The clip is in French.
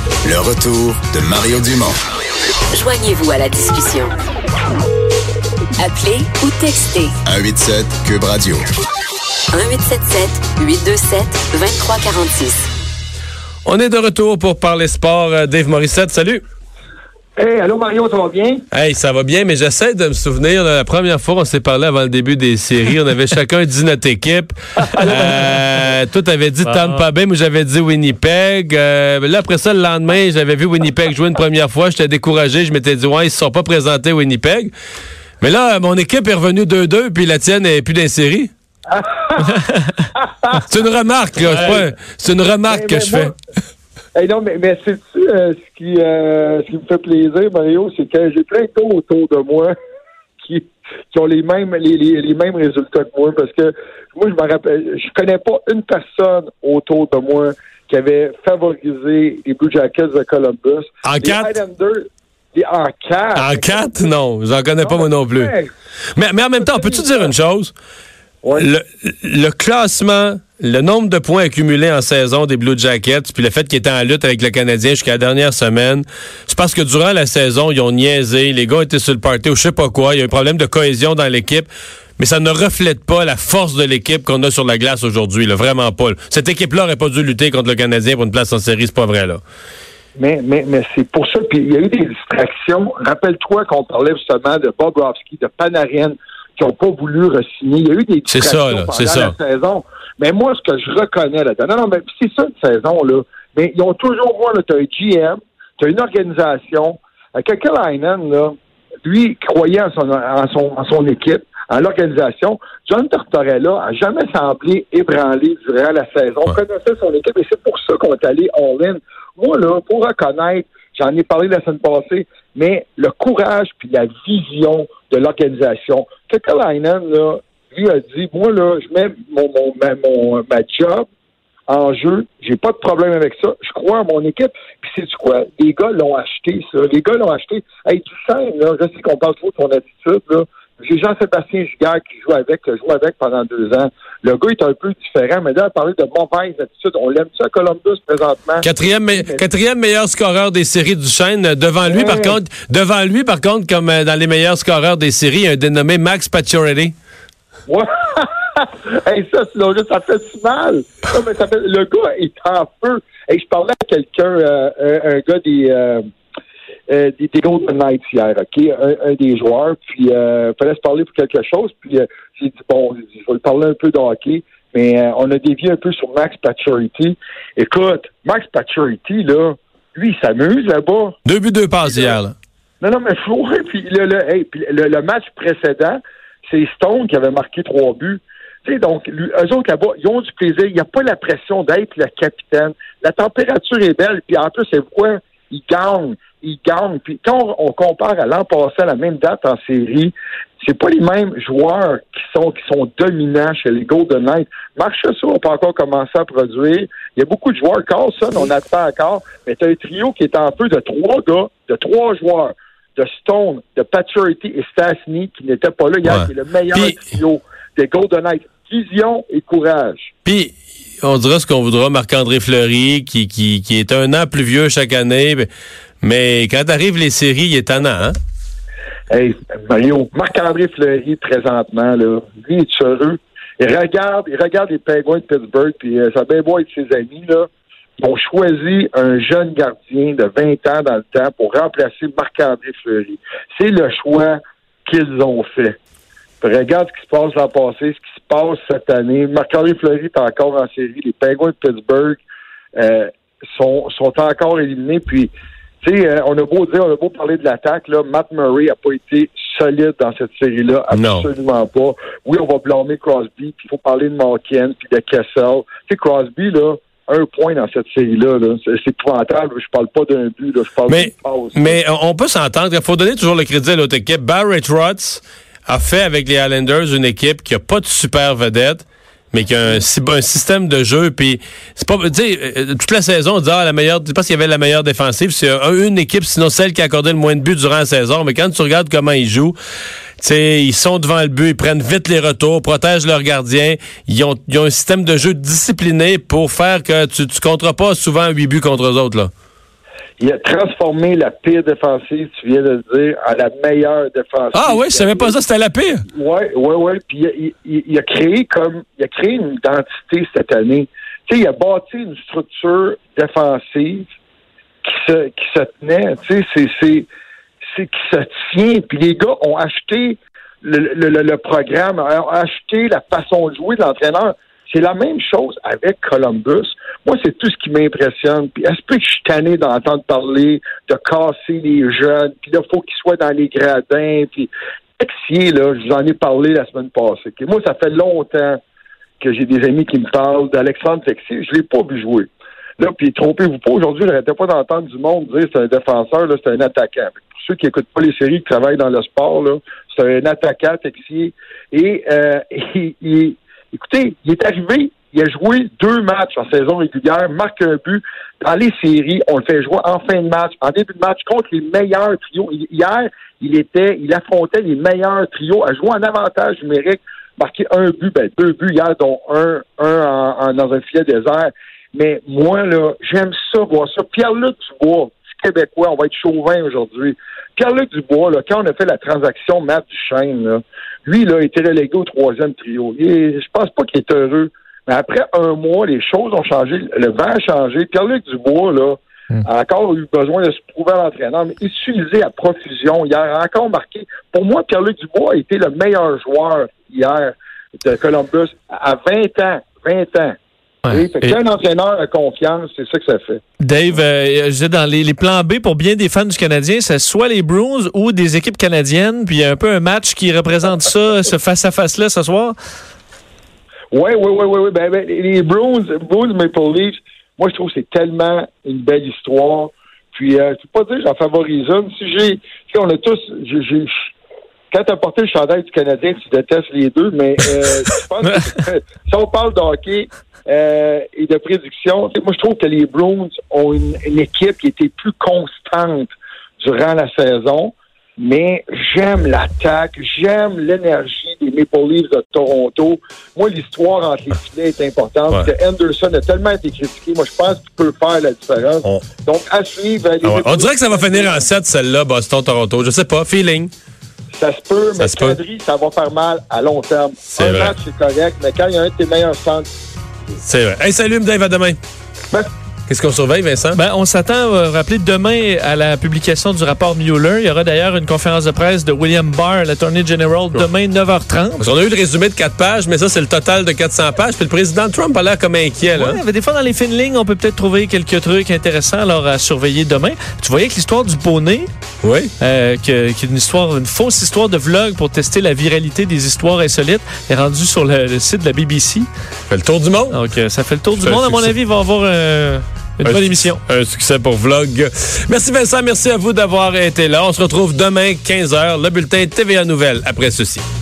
Le retour de Mario Dumont. Joignez-vous à la discussion. Appelez ou textez. 187 Cube Radio. 1877-827-2346. On est de retour pour parler sport. Dave Morissette, salut. Hey, allô Mario, ça va bien? Hey, ça va bien, mais j'essaie de me souvenir, la première fois on s'est parlé avant le début des séries, on avait chacun dit notre équipe. Toi, t'avais dit Tampa Bay, moi j'avais dit Winnipeg. Là, après ça, le lendemain, j'avais vu Winnipeg jouer une première fois, j'étais découragé, je m'étais dit, ouais, ils se sont pas présentés Winnipeg. Mais là, mon équipe est revenue 2-2, puis la tienne est plus dans les séries. C'est une remarque, là. C'est une remarque que je fais. Hey, non, mais c'est ce qui me fait plaisir, Mario, c'est que j'ai plein de gars autour de moi qui ont les mêmes résultats que moi, parce que moi, je me rappelle, je connais pas une personne autour de moi qui avait favorisé les Blue Jackets de Columbus. En 4? En 4? En 4? Non, j'en connais pas moi non plus. Mais en même temps, peux-tu dire une chose? Ouais. Le classement, le nombre de points accumulés en saison des Blue Jackets, puis le fait qu'ils étaient en lutte avec le Canadien jusqu'à la dernière semaine, c'est parce que durant la saison, ils ont niaisé, les gars étaient sur le party ou je sais pas quoi, il y a un problème de cohésion dans l'équipe, mais ça ne reflète pas la force de l'équipe qu'on a sur la glace aujourd'hui, là, vraiment pas. Cette équipe-là aurait pas dû lutter contre le Canadien pour une place en série, c'est pas vrai, là. Mais c'est pour ça, puis il y a eu des distractions. Rappelle-toi qu'on parlait justement de Bobrovsky, de Panarin, qui n'ont pas voulu re-signer. Il y a eu des distractions pendant la saison. Mais moi, ce que je reconnais là-dedans, non, mais c'est ça une saison, là. Mais ils ont toujours, tu as un GM, tu as une organisation. Kekalainen, là, lui, croyait en son équipe, en l'organisation. John Tortorella a jamais semblé ébranlé durant la saison. On connaissait son équipe et c'est pour ça qu'on est allé all-in. Moi, là, pour reconnaître, j'en ai parlé la semaine passée, mais le courage puis la vision de l'organisation. Kekalainen, là, lui a dit, moi, là, je mets ma job en jeu, j'ai pas de problème avec ça, je crois à mon équipe, puis c'est du quoi? Les gars l'ont acheté, ça. Les gars l'ont acheté. Hey, Duchesne, là, je sais qu'on parle trop de son attitude, là. J'ai Jean-Sébastien Giguère qui joue avec pendant 2 ans. Le gars est un peu différent, mais là, à parler de mauvaise attitude, on l'aime-tu à Columbus présentement? Quatrième meilleur scoreur des séries du Chêne. Devant lui, par contre, comme dans les meilleurs scoreurs des séries, il y a un dénommé Max Pacioretty. Ouais. Hey, ça, sinon, ça fait si mal. Non, mais le gars est en feu. Hey, je parlais à quelqu'un, un gars des Golden Knights hier, OK? Un des joueurs, puis il fallait se parler pour quelque chose, puis j'ai dit, bon, je vais lui parler un peu de hockey, mais on a dévié un peu sur Max Pacioretty. Écoute, Max Pacioretty, là, lui, il s'amuse là-bas. 2 buts, 2 passes hier, là. Non, mais puis le match précédent, c'est Stone qui avait marqué 3 buts. Tu sais, donc, eux autres là-bas, ils ont du plaisir. Il n'y a pas la pression d'être le capitaine. La température est belle, puis en plus, c'est quoi? Ils gagnent. Puis quand on compare à l'an passé, à la même date en série, c'est pas les mêmes joueurs qui sont dominants chez les Golden Knights. Marc Chasseau n'a pas encore commencé à produire. Il y a beaucoup de joueurs. Carlson, on attend encore. Mais tu as un trio qui est en peu de 3 gars, de 3 joueurs. De Stone, de Pacioretty et Stastny, qui n'étaient pas là hier, qui est le meilleur trio des Golden Knights. Vision et courage. Puis, on dira ce qu'on voudra, Marc-André Fleury, qui est 1 an plus vieux chaque année, mais quand arrivent les séries, il est tannant, hein? Hey, Mario, Marc-André Fleury, présentement, là, lui, il est heureux. Il regarde les Penguins de Pittsburgh, puis ça bien beau être ses amis, là. Ils ont choisi un jeune gardien de 20 ans dans le temps pour remplacer Marc-André Fleury. C'est le choix qu'ils ont fait. Puis regarde ce qui se passe l'an passé, ce qui se passe cette année. Marc-André Fleury est encore en série. Les Penguins de Pittsburgh sont encore éliminés. Puis, tu sais, on a beau parler de l'attaque, là, Matt Murray n'a pas été solide dans cette série-là. Absolument pas. Oui, on va blâmer Crosby, puis il faut parler de Malkin, puis de Kessel. Tu sais, Crosby, là, 1 point dans cette série-là. Là. C'est épouvantable. Je parle pas d'un but. Là. Je parle d'une pause. Mais on peut s'entendre. Il faut donner toujours le crédit à l'autre équipe. Barrett Rotz a fait avec les Islanders une équipe qui a pas de super vedette, mais qui a un système de jeu. Puis c'est pas, tu sais, toute la saison, on dit la meilleure. Je pense qu'il y avait la meilleure défensive. C'est une équipe, sinon celle qui a accordé le moins de buts durant la saison. Mais quand tu regardes comment ils jouent, t'sais, ils sont devant le but, ils prennent vite les retours, protègent leurs gardiens. Ils ont un système de jeu discipliné pour faire que tu compteras pas souvent 8 buts contre eux autres, là. Il a transformé la pire défensive, tu viens de le dire, en la meilleure défensive. Ah oui, je savais pas ça, c'était la pire. Oui. Puis il a créé une identité cette année. Tu sais, il a bâti une structure défensive qui se tenait. Tu sais, qui se tient. Puis les gars ont acheté le programme, ont acheté la façon de jouer de l'entraîneur. C'est la même chose avec Columbus. Moi, c'est tout ce qui m'impressionne. Puis, est-ce que je suis tanné d'entendre parler de casser les jeunes, puis là, il faut qu'ils soient dans les gradins, puis Texier, là, je vous en ai parlé la semaine passée. Okay? Moi, ça fait longtemps que j'ai des amis qui me parlent d'Alexandre Texier. Je l'ai pas vu jouer. Là, puis trompez-vous pas, aujourd'hui, je n'arrêtais pas d'entendre du monde dire que c'est un défenseur, là, c'est un attaquant. Pour ceux qui n'écoutent pas les séries, qui travaillent dans le sport, là, c'est un attaquant, Texier. Et écoutez, il est arrivé, il a joué 2 matchs en saison régulière, marque un but. Dans les séries, on le fait jouer en fin de match, en début de match, contre les meilleurs trios. Hier, il affrontait les meilleurs trios, a joué en avantage numérique, marqué 2 buts hier, dont un dans un filet désert. Mais moi, là, j'aime ça, voir ça. Pierre-Luc Dubois, du Québécois, on va être chauvin aujourd'hui. Pierre-Luc Dubois, là, quand on a fait la transaction Matt Duchesne, là, lui, là, a été relégué au 3e trio. Je pense pas qu'il est heureux. Mais après un mois, les choses ont changé. Le vent a changé. Pierre-Luc Dubois, là, a encore eu besoin de se prouver à l'entraîneur, mais utilisé à profusion hier, a encore marqué. Pour moi, Pierre-Luc Dubois a été le meilleur joueur hier de Columbus à 20 ans. 20 ans. Oui, fait qu'un entraîneur a confiance, c'est ça que ça fait. Dave, je disais, dans les plans B pour bien des fans du Canadien, c'est soit les Bruins ou des équipes canadiennes, puis il y a un peu un match qui représente ça, ce face-à-face-là ce soir? Oui. Ben, les Bruins Maple Leafs, moi, je trouve que c'est tellement une belle histoire. Puis, je peux pas dire que j'en favorise une. On a tous... Quand tu as porté le chandail du Canadien, tu détestes les deux, mais je pense que si on parle de hockey et de prédiction, moi je trouve que les Bruins ont une équipe qui était plus constante durant la saison, mais j'aime l'attaque, j'aime l'énergie des Maple Leafs de Toronto. Moi, l'histoire entre les filets est importante. Ouais. Henderson a tellement été critiqué. Moi, je pense qu'il peut faire la différence. Donc, à suivre... On dirait que ça va finir en 7, celle-là, Boston-Toronto. Je sais pas, feeling. Ça se peut, mais Kadri, ça va faire mal à long terme. Un match, c'est correct, mais quand il y a un de tes meilleurs centres... C'est vrai. Hey, salut, Dave, à demain. Qu'est-ce qu'on surveille, Vincent? On s'attend, rappelez, demain à la publication du rapport Mueller. Il y aura d'ailleurs une conférence de presse de William Barr, l'Attorney General, demain 9h30. Parce qu'on a eu le résumé de 4 pages, mais ça, c'est le total de 400 pages. Puis le président Trump a l'air comme inquiet, là. Ouais, des fois, dans les fines lignes, on peut peut-être trouver quelques trucs intéressants alors à surveiller demain. Tu voyais que l'histoire du poney, qui est une fausse histoire de vlog pour tester la viralité des histoires insolites, est rendue sur le site de la BBC. Ça fait le tour du monde. Donc, ça fait le tour du monde. À mon avis, il va y avoir... une bonne émission. Un succès pour Vlog. Merci Vincent, merci à vous d'avoir été là. On se retrouve demain 15h, le bulletin TVA Nouvelles après ceci.